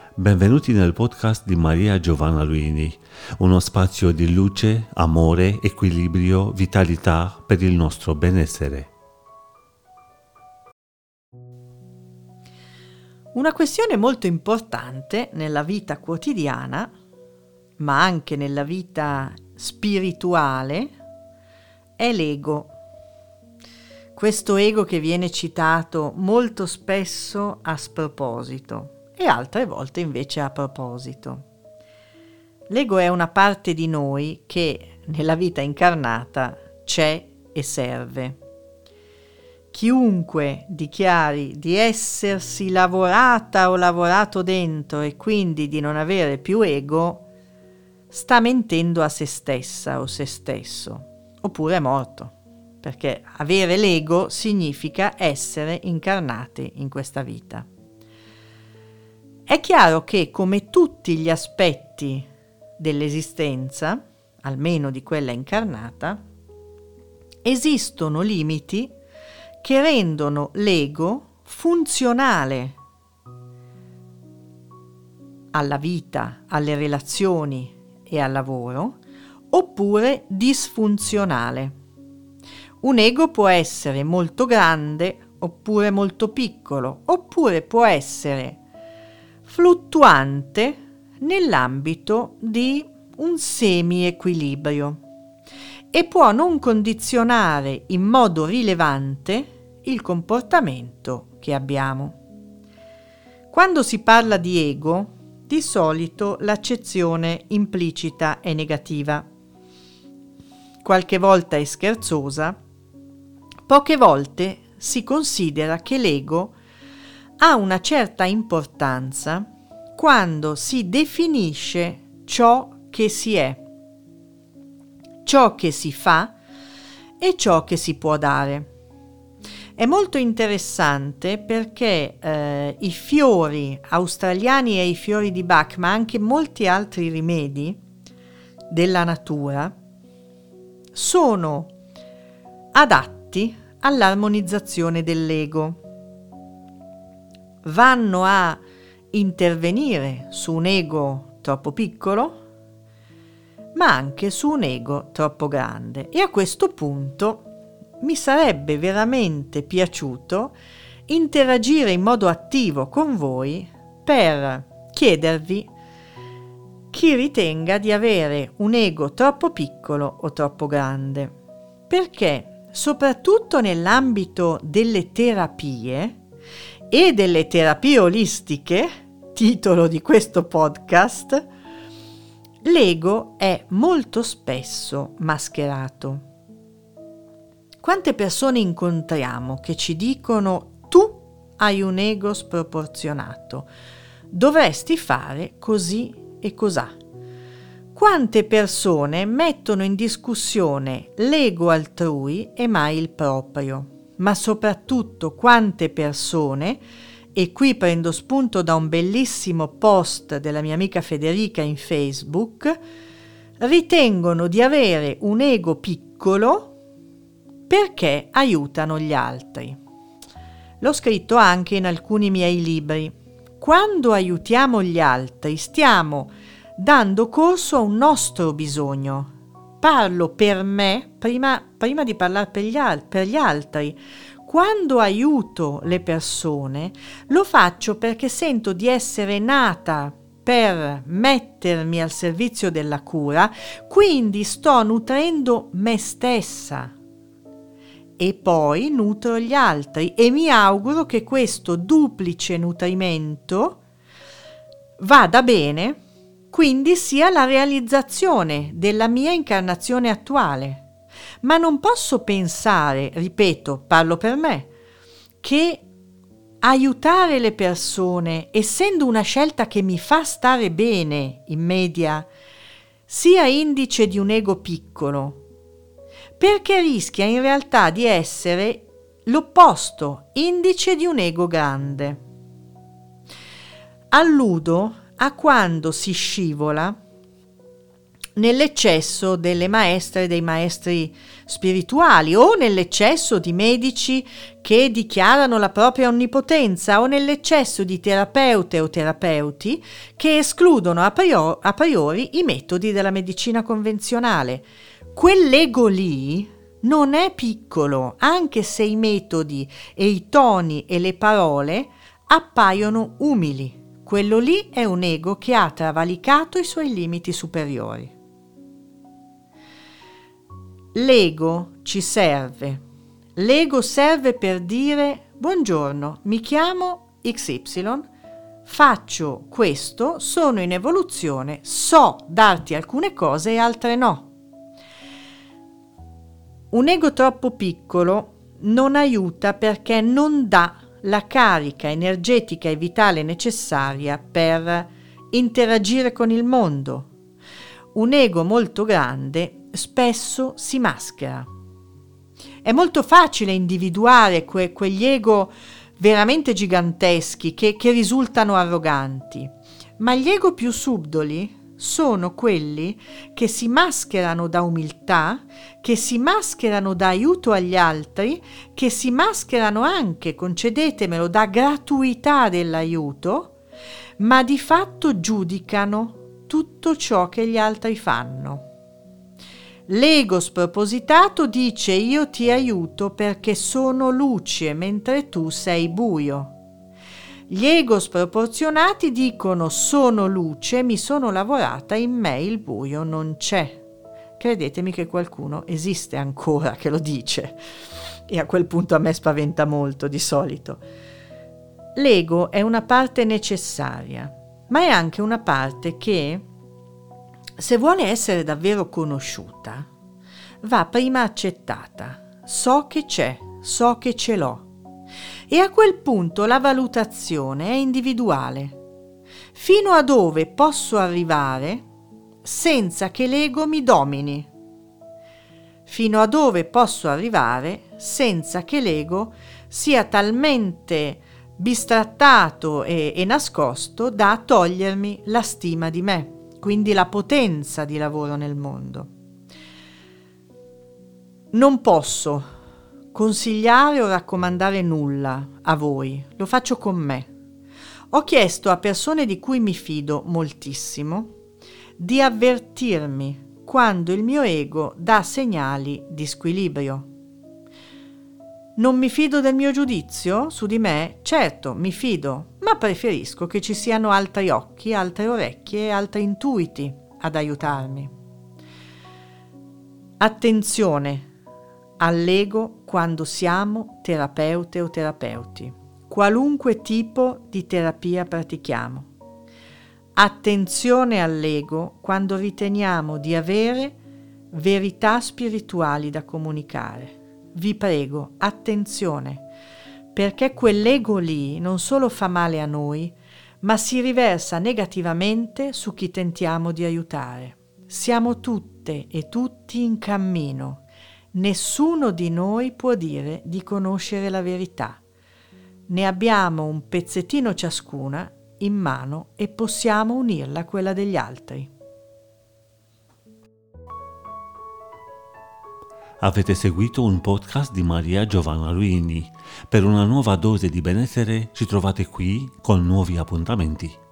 Benvenuti nel podcast di Maria Giovanna Luini, uno spazio di luce, amore, equilibrio, vitalità per il nostro benessere. Una questione molto importante nella vita quotidiana, ma anche nella vita spirituale, è l'ego. Questo ego che viene citato molto spesso a sproposito e altre volte invece a proposito. L'ego è una parte di noi che nella vita incarnata c'è e serve. Chiunque dichiari di essersi lavorata o lavorato dentro e quindi di non avere più ego, sta mentendo a se stessa o se stesso, oppure è morto, perché avere l'ego significa essere incarnati in questa vita. È chiaro che, come tutti gli aspetti dell'esistenza, almeno di quella incarnata, esistono limiti che rendono l'ego funzionale alla vita, alle relazioni e al lavoro, oppure disfunzionale. Un ego può essere molto grande oppure molto piccolo, oppure può essere fluttuante nell'ambito di un semi-equilibrio e può non condizionare in modo rilevante il comportamento che abbiamo. Quando si parla di ego, di solito l'accezione implicita è negativa. Qualche volta è scherzosa, poche volte si considera che l'ego ha una certa importanza quando si definisce ciò che si è, ciò che si fa e ciò che si può dare. È molto interessante perché i fiori australiani e i fiori di Bach, ma anche molti altri rimedi della natura, sono adatti all'armonizzazione dell'ego. Vanno a intervenire su un ego troppo piccolo, ma anche su un ego troppo grande. E a questo punto mi sarebbe veramente piaciuto interagire in modo attivo con voi per chiedervi chi ritenga di avere un ego troppo piccolo o troppo grande. Perché soprattutto nell'ambito delle terapie e delle terapie olistiche, titolo di questo podcast, l'ego è molto spesso mascherato. Quante persone incontriamo che ci dicono: tu hai un ego sproporzionato, dovresti fare così e cosà. Quante persone mettono in discussione l'ego altrui e mai il proprio. Ma soprattutto quante persone, e qui prendo spunto da un bellissimo post della mia amica Federica in Facebook, ritengono di avere un ego piccolo perché aiutano gli altri. L'ho scritto anche in alcuni miei libri. Quando aiutiamo gli altri stiamo dando corso a un nostro bisogno. Parlo per me prima di parlare per gli altri. Quando aiuto le persone lo faccio perché sento di essere nata per mettermi al servizio della cura, quindi sto nutrendo me stessa e poi nutro gli altri e mi auguro che questo duplice nutrimento vada bene, quindi sia la realizzazione della mia incarnazione attuale. Ma non posso pensare, ripeto, parlo per me, che aiutare le persone, essendo una scelta che mi fa stare bene in media, sia indice di un ego piccolo, perché rischia in realtà di essere l'opposto, indice di un ego grande. Alludo a quando si scivola nell'eccesso delle maestre e dei maestri spirituali, o nell'eccesso di medici che dichiarano la propria onnipotenza, o nell'eccesso di terapeute o terapeuti che escludono a priori i metodi della medicina convenzionale. Quell'ego lì non è piccolo, anche se i metodi e i toni e le parole appaiono umili. Quello lì è un ego che ha travalicato i suoi limiti superiori. L'ego ci serve. L'ego serve per dire: buongiorno, mi chiamo XY, faccio questo, sono in evoluzione, so darti alcune cose e altre no. Un ego troppo piccolo non aiuta perché non dà la carica energetica e vitale necessaria per interagire con il mondo. Un ego molto grande spesso si maschera. È molto facile individuare quegli ego veramente giganteschi che risultano arroganti, ma gli ego più subdoli sono quelli che si mascherano da umiltà, che si mascherano da aiuto agli altri, che si mascherano anche, concedetemelo, da gratuità dell'aiuto, ma di fatto giudicano tutto ciò che gli altri fanno. L'ego spropositato dice: io ti aiuto perché sono luce mentre tu sei buio. Gli ego sproporzionati dicono: sono luce, mi sono lavorata, in me il buio non c'è. Credetemi che qualcuno esiste ancora che lo dice, e a quel punto a me spaventa molto di solito. L'ego è una parte necessaria, ma è anche una parte che, se vuole essere davvero conosciuta, va prima accettata. So che c'è, so che ce l'ho. E a quel punto la valutazione è individuale. Fino a dove posso arrivare senza che l'ego mi domini? Fino a dove posso arrivare senza che l'ego sia talmente bistrattato e nascosto da togliermi la stima di me, quindi la potenza di lavoro nel mondo. Non posso consigliare o raccomandare nulla a voi, lo faccio con me. Ho chiesto a persone di cui mi fido moltissimo di avvertirmi quando il mio ego dà segnali di squilibrio. Non mi fido del mio giudizio su di me? Certo, mi fido, ma preferisco che ci siano altri occhi, altre orecchie e altri intuiti ad aiutarmi. Attenzione all'ego quando siamo terapeute o terapeuti, qualunque tipo di terapia pratichiamo. Attenzione all'ego quando riteniamo di avere verità spirituali da comunicare. Vi prego, attenzione, perché quell'ego lì non solo fa male a noi, ma si riversa negativamente su chi tentiamo di aiutare. Siamo tutte e tutti in cammino. Nessuno di noi può dire di conoscere la verità. Ne abbiamo un pezzettino ciascuna in mano e possiamo unirla a quella degli altri. Avete seguito un podcast di Maria Giovanna Luini. Per una nuova dose di benessere ci trovate qui con nuovi appuntamenti.